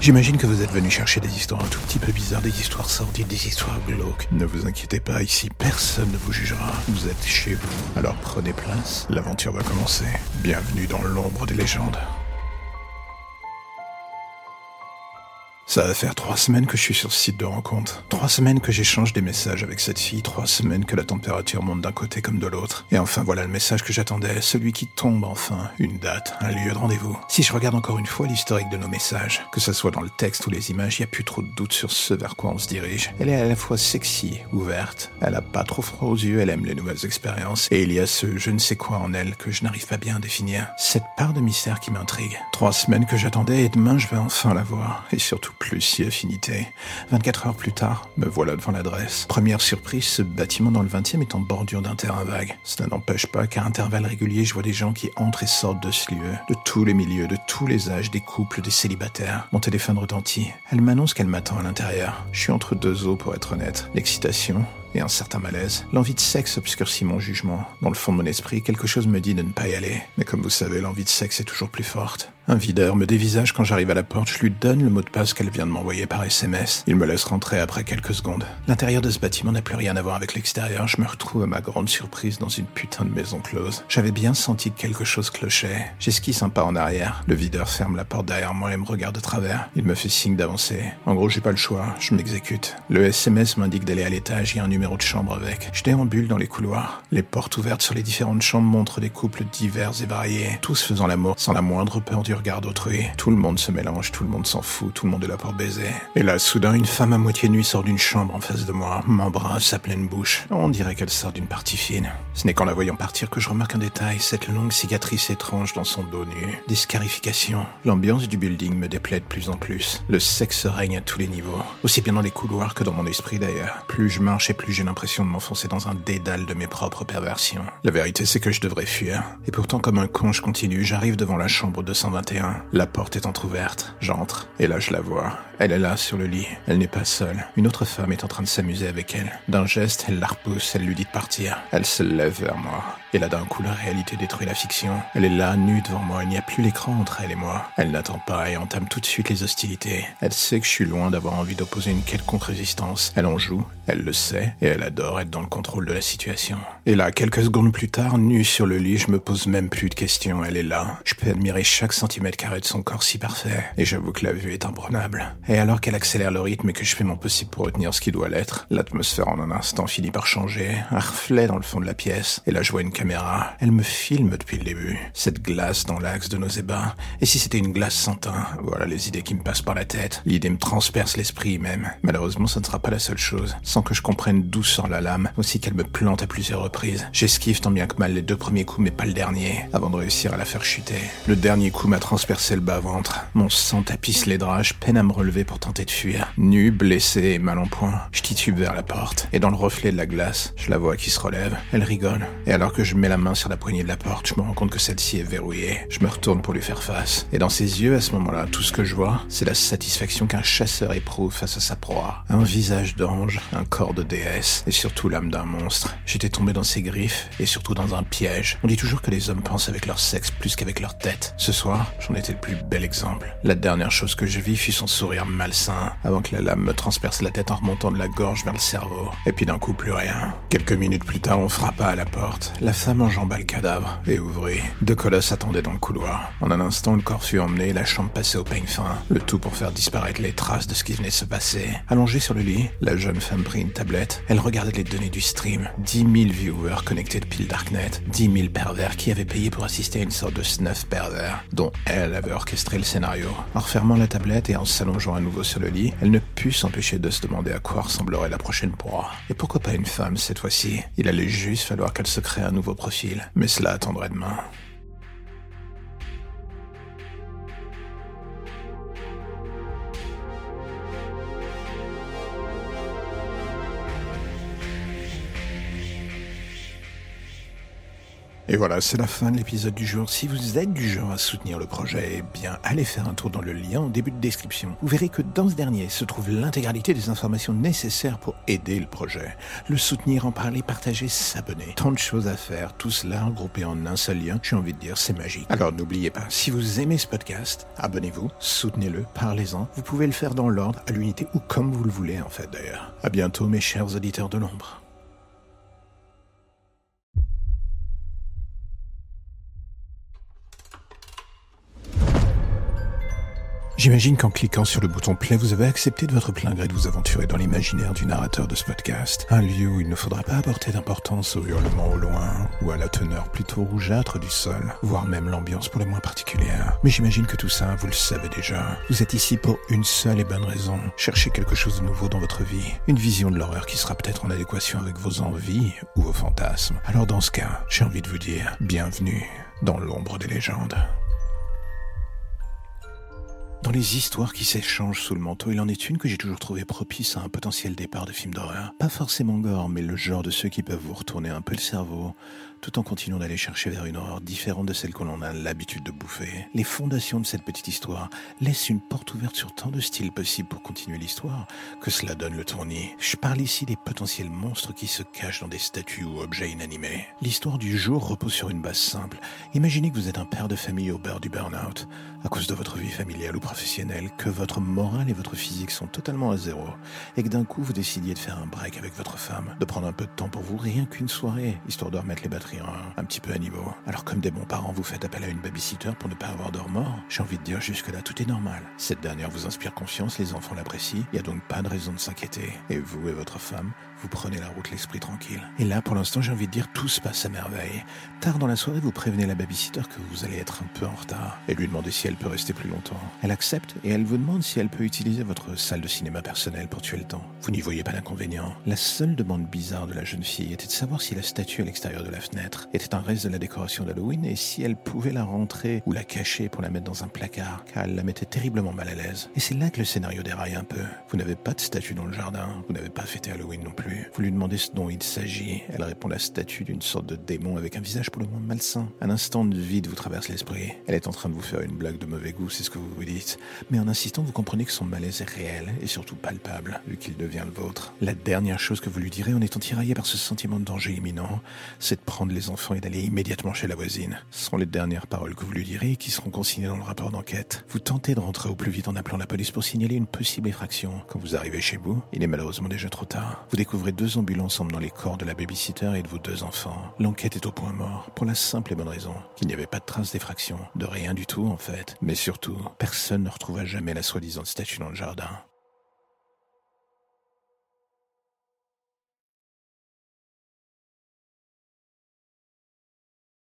J'imagine que vous êtes venu chercher des histoires un tout petit peu bizarres, des histoires sordides, des histoires glauques. Ne vous inquiétez pas, ici personne ne vous jugera. Vous êtes chez vous, alors prenez place, l'aventure va commencer. Bienvenue dans l'ombre des légendes. Ça va faire 3 semaines que je suis sur ce site de rencontre. 3 semaines que j'échange des messages avec cette fille. 3 semaines que la température monte d'un côté comme de l'autre. Et enfin voilà le message que j'attendais, celui qui tombe enfin. Une date, un lieu de rendez-vous. Si je regarde encore une fois l'historique de nos messages, que ce soit dans le texte ou les images, il n'y a plus trop de doute sur ce vers quoi on se dirige. Elle est à la fois sexy, ouverte, elle a pas trop froid aux yeux, elle aime les nouvelles expériences. Et il y a ce je ne sais quoi en elle que je n'arrive pas bien à définir. Cette part de mystère qui m'intrigue. 3 semaines que j'attendais et demain je vais enfin la voir. Et surtout plus si affinité. 24 heures plus tard, me voilà devant l'adresse. Première surprise, ce bâtiment dans le 20e est en bordure d'un terrain vague. Cela n'empêche pas qu'à intervalles réguliers, je vois des gens qui entrent et sortent de ce lieu. De tous les milieux, de tous les âges, des couples, des célibataires. Mon téléphone retentit. Elle m'annonce qu'elle m'attend à l'intérieur. Je suis entre deux eaux pour être honnête. L'excitation et un certain malaise. L'envie de sexe obscurcit mon jugement. Dans le fond de mon esprit, quelque chose me dit de ne pas y aller. Mais comme vous savez, l'envie de sexe est toujours plus forte. Un videur me dévisage quand j'arrive à la porte. Je lui donne le mot de passe qu'elle vient de m'envoyer par SMS. Il me laisse rentrer après quelques secondes. L'intérieur de ce bâtiment n'a plus rien à voir avec l'extérieur. Je me retrouve à ma grande surprise dans une putain de maison close. J'avais bien senti que quelque chose clochait. J'esquisse un pas en arrière. Le videur ferme la porte derrière moi et me regarde de travers. Il me fait signe d'avancer. En gros, j'ai pas le choix. Je m'exécute. Le SMS m'indique d'aller à l'étage. Il y a un numéro de chambre avec. Je déambule dans les couloirs. Les portes ouvertes sur les différentes chambres montrent des couples divers et variés, tous faisant l'amour sans la moindre peur du regard d'autrui. Tout le monde se mélange, tout le monde s'en fout, tout le monde est là pour baiser. Et là, soudain, une femme à moitié nue sort d'une chambre en face de moi, m'embrasse à pleine bouche. On dirait qu'elle sort d'une partie fine. Ce n'est qu'en la voyant partir que je remarque un détail, cette longue cicatrice étrange dans son dos nu. Des scarifications. L'ambiance du building me déplaît de plus en plus. Le sexe règne à tous les niveaux, aussi bien dans les couloirs que dans mon esprit d'ailleurs. Plus je marche et plus j'ai l'impression de m'enfoncer dans un dédale de mes propres perversions. La vérité, c'est que je devrais fuir. Et pourtant, comme un con, je continue. J'arrive devant la chambre 221. La porte est entrouverte. J'entre. Et là, je la vois. Elle est là, sur le lit. Elle n'est pas seule. Une autre femme est en train de s'amuser avec elle. D'un geste, elle la repousse. Elle lui dit de partir. Elle se lève vers moi. Et là, d'un coup, la réalité détruit la fiction. Elle est là, nue devant moi. Il n'y a plus l'écran entre elle et moi. Elle n'attend pas et entame tout de suite les hostilités. Elle sait que je suis loin d'avoir envie d'opposer une quelconque résistance. Elle en joue. Elle le sait. Et elle adore être dans le contrôle de la situation. Et là, quelques secondes plus tard, nue sur le lit, je me pose même plus de questions. Elle est là. Je peux admirer chaque centimètre carré de son corps si parfait. Et j'avoue que la vue est imprenable. Et alors qu'elle accélère le rythme et que je fais mon possible pour retenir ce qui doit l'être, l'atmosphère en un instant finit par changer. Un reflet dans le fond de la pièce. Et là, je vois une caméra. Elle me filme depuis le début. Cette glace dans l'axe de nos ébats. Et si c'était une glace sans teint? Voilà les idées qui me passent par la tête. L'idée me transperce l'esprit même. Malheureusement, ça ne sera pas la seule chose. Sans que je comprenne d'où sort la lame, aussi qu'elle me plante à plusieurs reprises. J'esquive tant bien que mal les 2 premiers coups, mais pas le dernier, avant de réussir à la faire chuter. Le dernier coup m'a transpercé le bas-ventre. Mon sang tapisse les draps, je peine à me relever pour tenter de fuir. Nu, blessé et mal en point, je titube vers la porte. Et dans le reflet de la glace, je la vois qui se relève. Elle rigole. Et alors que je mets la main sur la poignée de la porte, je me rends compte que celle-ci est verrouillée. Je me retourne pour lui faire face. Et dans ses yeux, à ce moment-là, tout ce que je vois, c'est la satisfaction qu'un chasseur éprouve face à sa proie. Un visage d'ange, un corps de déesse, et surtout l'âme d'un monstre. J'étais tombé dans ses griffes, et surtout dans un piège. On dit toujours que les hommes pensent avec leur sexe plus qu'avec leur tête. Ce soir, j'en étais le plus bel exemple. La dernière chose que je vis fut son sourire malsain, avant que la lame me transperce la tête en remontant de la gorge vers le cerveau. Et puis d'un coup, plus rien. Quelques minutes plus tard, on frappa à la porte. La femme enjamba le cadavre, et ouvrit. 2 colosses attendaient dans le couloir. En un instant, le corps fut emmené et la chambre passée au peigne fin. Le tout pour faire disparaître les traces de ce qui venait de se passer. Allongée sur le lit, la jeune femme prit une tablette. Elle regardait les données du stream. 10 000 viewers connectés depuis le Darknet. 10 000 pervers qui avaient payé pour assister à une sorte de snuff pervers, dont elle avait orchestré le scénario. En refermant la tablette et en s'allongeant à nouveau sur le lit, elle ne put s'empêcher de se demander à quoi ressemblerait la prochaine proie. Et pourquoi pas une femme cette fois-ci? Il allait juste falloir qu'elle se crée un nouveau profil. Mais cela attendrait demain. Et voilà, c'est la fin de l'épisode du jour. Si vous êtes du genre à soutenir le projet, eh bien, allez faire un tour dans le lien en début de description. Vous verrez que dans ce dernier se trouve l'intégralité des informations nécessaires pour aider le projet. Le soutenir, en parler, partager, s'abonner. Tant de choses à faire, tout cela regroupé en un seul lien. J'ai envie de dire, c'est magique. Alors n'oubliez pas, si vous aimez ce podcast, abonnez-vous, soutenez-le, parlez-en. Vous pouvez le faire dans l'ordre, à l'unité ou comme vous le voulez en fait d'ailleurs. À bientôt mes chers auditeurs de l'ombre. J'imagine qu'en cliquant sur le bouton play, vous avez accepté de votre plein gré de vous aventurer dans l'imaginaire du narrateur de ce podcast. Un lieu où il ne faudra pas apporter d'importance aux hurlements au loin, ou à la teneur plutôt rougeâtre du sol, voire même l'ambiance pour les moins particulière. Mais j'imagine que tout ça, vous le savez déjà. Vous êtes ici pour une seule et bonne raison. Cherchez quelque chose de nouveau dans votre vie. Une vision de l'horreur qui sera peut-être en adéquation avec vos envies ou vos fantasmes. Alors dans ce cas, j'ai envie de vous dire, bienvenue dans l'ombre des légendes. Dans les histoires qui s'échangent sous le manteau, il en est une que j'ai toujours trouvée propice à un potentiel départ de film d'horreur. Pas forcément gore, mais le genre de ceux qui peuvent vous retourner un peu le cerveau, tout en continuant d'aller chercher vers une horreur différente de celle qu'on a l'habitude de bouffer. Les fondations de cette petite histoire laissent une porte ouverte sur tant de styles possibles pour continuer l'histoire que cela donne le tournis. Je parle ici des potentiels monstres qui se cachent dans des statues ou objets inanimés. L'histoire du jour repose sur une base simple. Imaginez que vous êtes un père de famille au bord du burn-out, à cause de votre vie familiale ou professionnelle, que votre morale et votre physique sont totalement à zéro, et que d'un coup vous décidiez de faire un break avec votre femme, de prendre un peu de temps pour vous, rien qu'une soirée, histoire de remettre les batteries un petit peu à niveau. Alors comme des bons parents, vous faites appel à une babysitter pour ne pas avoir de remords. J'ai envie de dire jusque-là, tout est normal. Cette dernière vous inspire confiance, les enfants l'apprécient, il n'y a donc pas de raison de s'inquiéter. Et vous et votre femme, vous prenez la route l'esprit tranquille. Et là, pour l'instant, j'ai envie de dire, tout se passe à merveille. Tard dans la soirée, vous prévenez la babysitter que vous allez être un peu en retard et lui demandez si elle peut rester plus longtemps. Elle accepte et elle vous demande si elle peut utiliser votre salle de cinéma personnelle pour tuer le temps. Vous n'y voyez pas d'inconvénient. La seule demande bizarre de la jeune fille était de savoir si la statue à l'extérieur de la fenêtre était un reste de la décoration d'Halloween et si elle pouvait la rentrer ou la cacher pour la mettre dans un placard, car elle la mettait terriblement mal à l'aise. Et c'est là que le scénario déraille un peu. Vous n'avez pas de statue dans le jardin, vous n'avez pas fêté Halloween non plus. Vous lui demandez ce dont il s'agit. Elle répond la statue d'une sorte de démon avec un visage pour le moins malsain. Un instant de vide vous traverse l'esprit. Elle est en train de vous faire une blague de mauvais goût, c'est ce que vous vous dites. Mais en insistant, vous comprenez que son malaise est réel et surtout palpable, vu qu'il devient le vôtre. La dernière chose que vous lui direz en étant tiraillé par ce sentiment de danger imminent, c'est de prendre les enfants et d'aller immédiatement chez la voisine. Ce seront les dernières paroles que vous lui direz et qui seront consignées dans le rapport d'enquête. Vous tentez de rentrer au plus vite en appelant la police pour signaler une possible effraction. Quand vous arrivez chez vous, il est malheureusement déjà trop tard. Vous découvrez 2 ambulances emmenant les corps de la babysitter et de vos 2 enfants. L'enquête est au point mort, pour la simple et bonne raison qu'il n'y avait pas de trace d'effraction, de rien du tout en fait. Mais surtout, personne ne retrouva jamais la soi-disant statue dans le jardin.